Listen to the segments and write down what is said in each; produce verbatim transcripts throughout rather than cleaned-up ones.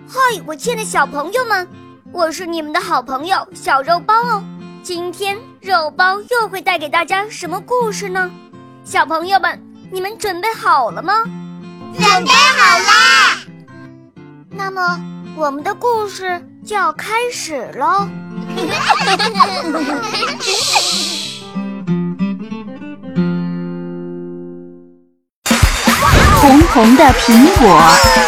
嗨，我亲爱的小朋友们，我是你们的好朋友小肉包哦。今天肉包又会带给大家什么故事呢？小朋友们，你们准备好了吗？ 准备好啦！ 那么我们的故事就要开始喽。 红红的苹果。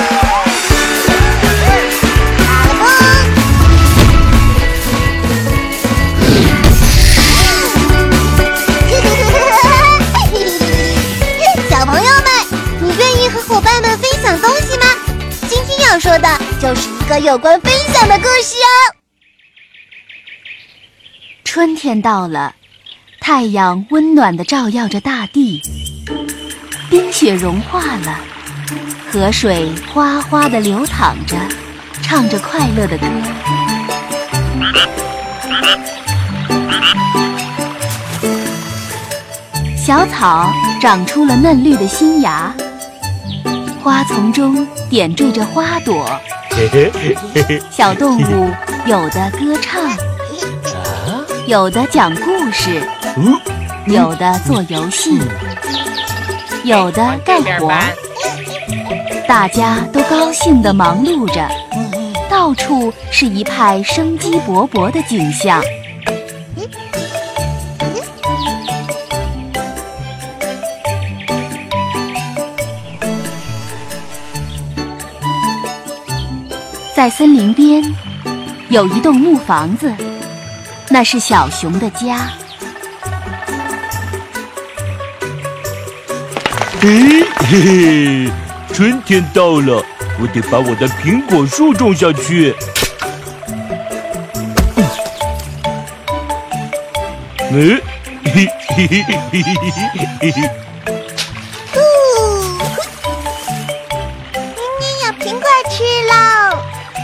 小朋友们，你愿意和伙伴们分享东西吗？今天要说的就是一个有关分享的故事哦。 春天到了，太阳温暖地照耀着大地，冰雪融化了，河水哗哗地流淌着，唱着快乐的歌。小草长出了嫩绿的新芽，花丛中点缀着花朵，小动物有的歌唱，有的讲故事，有的做游戏，有的干活，大家都高兴地忙碌着，到处是一派生机勃勃的景象。在森林边有一栋木房子，那是小熊的家。 嘿嘿嘿，春天到了，我得把我的苹果树种下去。嗯，嘿嘿嘿嘿嘿嘿嘿。 明天有苹果吃喽！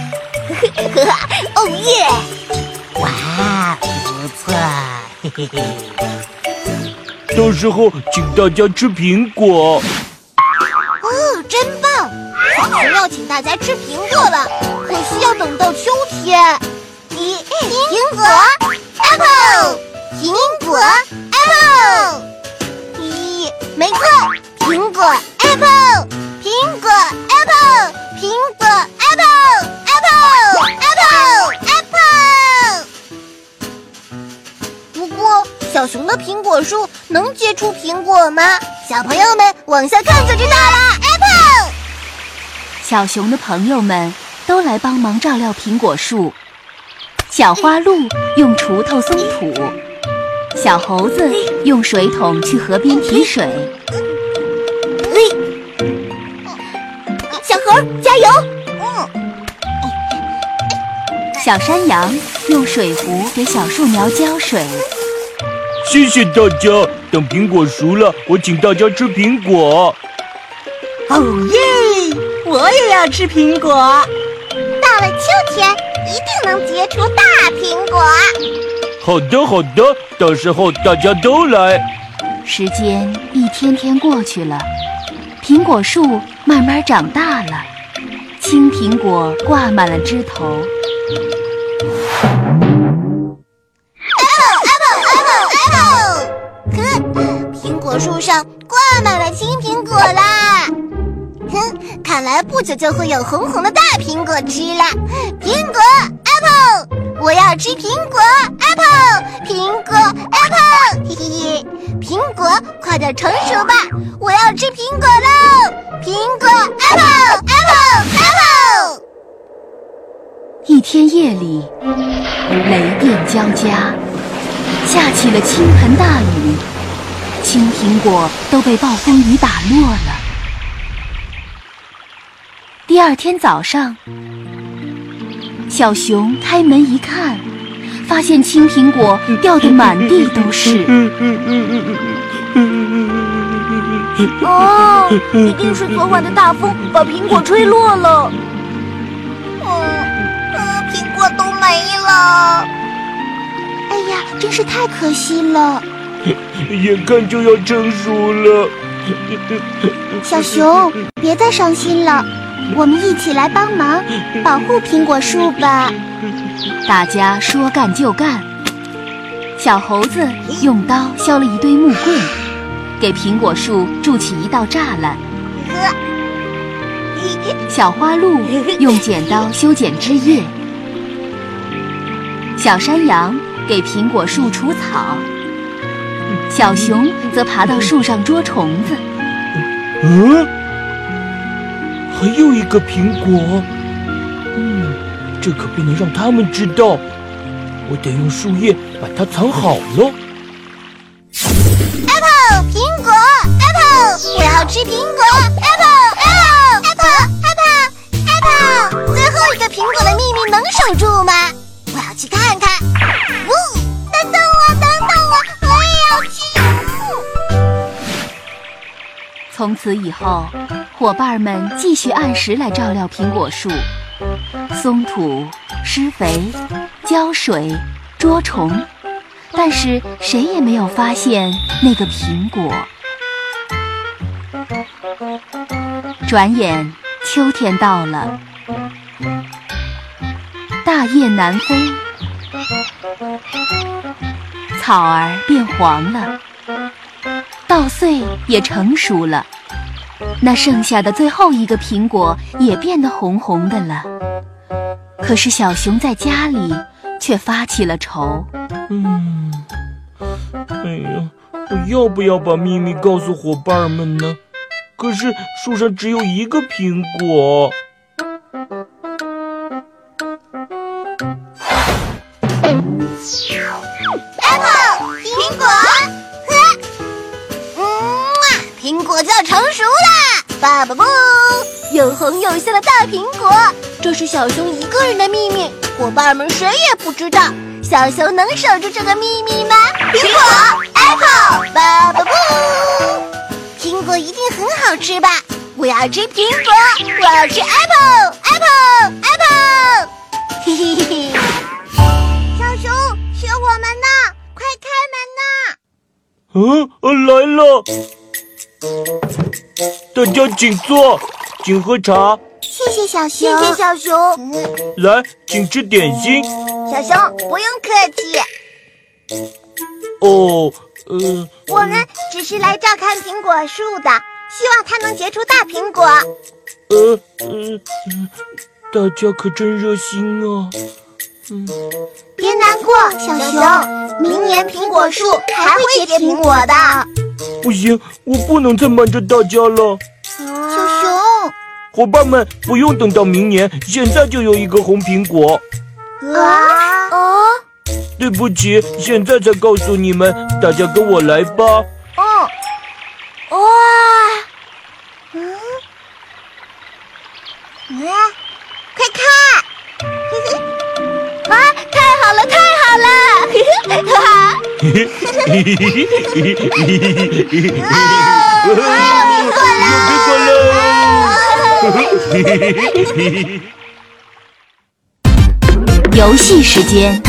哦耶！ 哇，不错，嘿嘿嘿。 到时候请大家吃苹果。 哦，真棒！小熊要请大家吃苹果了，可惜要等到秋天。一苹果 ，apple， 苹果 ，apple。一，没错，苹果 apple， 苹果 apple， 苹果 apple，apple apple apple。不过，小熊的苹果树能结出苹果吗？小朋友们往下看就知道啦。Apple。 小熊的朋友们都来帮忙照料苹果树。小花鹿用锄头松土，小猴子用水桶去河边提水。 小猴加油！ 小山羊用水壶给小树苗浇水。 谢谢大家，等苹果熟了，我请大家吃苹果。 哦耶！我也要吃苹果。 到了秋天，一定能结出大苹果。 好的，好的，到时候大家都来。 时间一天天过去了，苹果树慢慢长大了，青苹果挂满了枝头。 苹果树上挂满了青苹果啦！哼，看来不久就会有红红的大苹果吃了。苹果 apple， 我要吃苹果 apple， 苹果 apple， 嘿嘿嘿，苹果快点成熟吧，我要吃苹果喽！苹果 apple apple apple。 一天夜里，雷电交加，下起了倾盆大雨。青苹果都被暴风雨打落了。第二天早上，小熊开门一看，发现青苹果掉得满地都是。 哦，一定是昨晚的大风把苹果吹落了。 嗯嗯，苹果都没了。哎呀，真是太可惜了。 眼看就要成熟了。 小熊，别再伤心了， 我们一起来帮忙保护苹果树吧。 大家说干就干。小猴子用刀削了一堆木棍，给苹果树筑起一道栅栏。小花鹿用剪刀修剪枝叶。小山羊给苹果树除草。小熊则爬到树上捉虫子。 嗯，还有一个苹果。嗯，这可不能让他们知道，我得用树叶把它藏好了。 Apple 苹果 ，Apple， 我要吃苹果 ，Apple，Apple，Apple，Apple，Apple， 最后一个苹果的秘密能守住吗？我要去看看。呜、哦，等等我，等等我，我也要去。 从此以后，伙伴们继续按时来照料苹果树，松土、施肥、浇水、捉虫，但是谁也没有发现那个苹果。转眼秋天到了，大雁南飞，草儿变黄了，稻穗也成熟了，那剩下的最后一个苹果也变得红红的了。可是小熊在家里却发起了愁。 嗯，哎呀，我要不要把秘密告诉伙伴们呢？可是树上只有一个苹果。 Apple 苹果，嗯，苹果就要成熟啦！爸爸不，又红又香的大苹果，这是小熊一个人的秘密，伙伴们谁也不知道。小熊能守住这个秘密吗？苹果 ，Apple， 爸爸不，苹果一定很好吃吧？我要吃苹果，我要吃 Apple，Apple，Apple， 嘿嘿嘿嘿。小熊，是我们呢，快开门呐！ 嗯，我来了，大家请坐，请喝茶。 谢谢小熊， 谢谢小熊。 来，请吃点心。 小熊，不用客气。 哦，呃， 我们只是来照看苹果树的，希望它能结出大苹果。 呃呃，大家可真热心啊。嗯， 别难过，小熊，明年苹果树还会结苹果的。 不行，我不能再瞒着大家了。 小熊， 伙伴们，不用等到明年，现在就有一个红苹果。 啊哦， 对不起，现在才告诉你们，大家跟我来吧。 哦，哇，嗯，嗯，快看！嘿嘿。啊！太好了，太好了！哈哈！苹果了！ 游戏时间。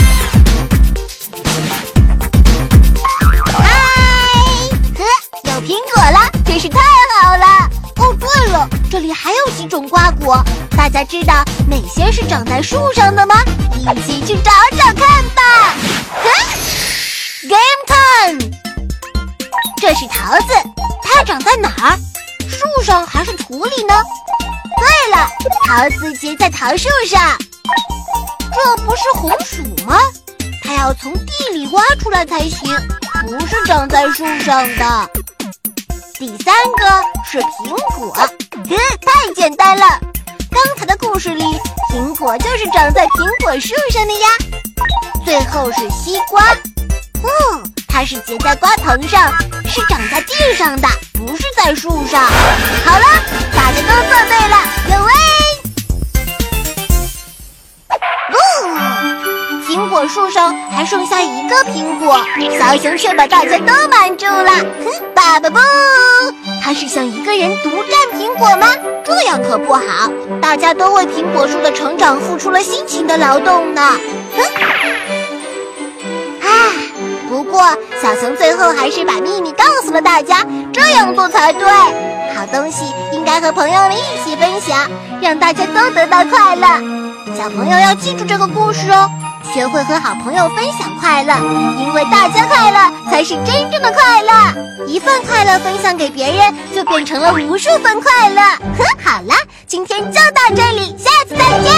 嗨，呵，有苹果了，真是太好了！哦，对了，这里还有几种瓜果，大家知道哪些是长在树上的吗？一起去找找看吧。Game time！ 这是桃子，它长在哪儿？树上还是土里呢？对了，桃子结在桃树上。这不是红薯吗？它要从地里挖出来才行，不是长在树上的。第三个是苹果，嗯，太简单了。刚才的故事里，苹果就是长在苹果树上的呀。最后是西瓜，嗯，它是结在瓜藤上，是长在地上的，不是在树上。好了，大家都做对了，各位。不，苹果树上还剩下一个苹果，小熊却把大家都瞒住了。哼，爸爸不，他是想一个人独占苹果吗？这样可不好，大家都为苹果树的成长付出了辛勤的劳动呢。哼，唉，不过小熊最后还是把秘密告诉了大家，这样做才对。好东西应该该和朋友们一起分享，让大家都得到快乐。小朋友要记住这个故事哦，学会和好朋友分享快乐，因为大家快乐才是真正的快乐。一份快乐分享给别人，就变成了无数份快乐。呵，好了，今天就到这里，下次再见。